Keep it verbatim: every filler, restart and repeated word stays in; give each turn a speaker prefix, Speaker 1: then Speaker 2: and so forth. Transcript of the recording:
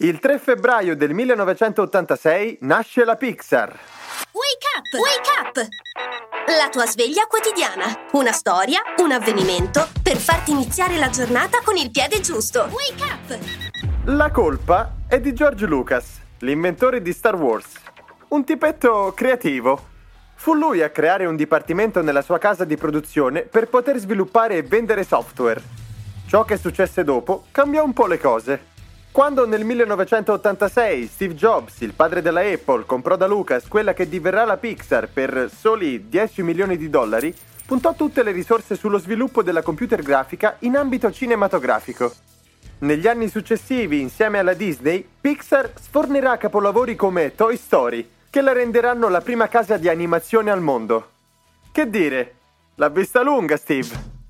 Speaker 1: Il tre febbraio del millenovecentottantasei nasce la Pixar.
Speaker 2: Wake up! Wake up! La tua sveglia quotidiana. Una storia, un avvenimento per farti iniziare la giornata con il piede giusto. Wake up!
Speaker 1: La colpa è di George Lucas, l'inventore di Star Wars. Un tipetto creativo. Fu lui a creare un dipartimento nella sua casa di produzione per poter sviluppare e vendere software. Ciò che successe dopo cambiò un po' le cose. Quando nel millenovecentottantasei Steve Jobs, il padre della Apple, comprò da Lucas quella che diverrà la Pixar per soli dieci milioni di dollari, puntò tutte le risorse sullo sviluppo della computer grafica in ambito cinematografico. Negli anni successivi, insieme alla Disney, Pixar sfornirà capolavori come Toy Story, che la renderanno la prima casa di animazione al mondo. Che dire? L'ha vista lunga, Steve!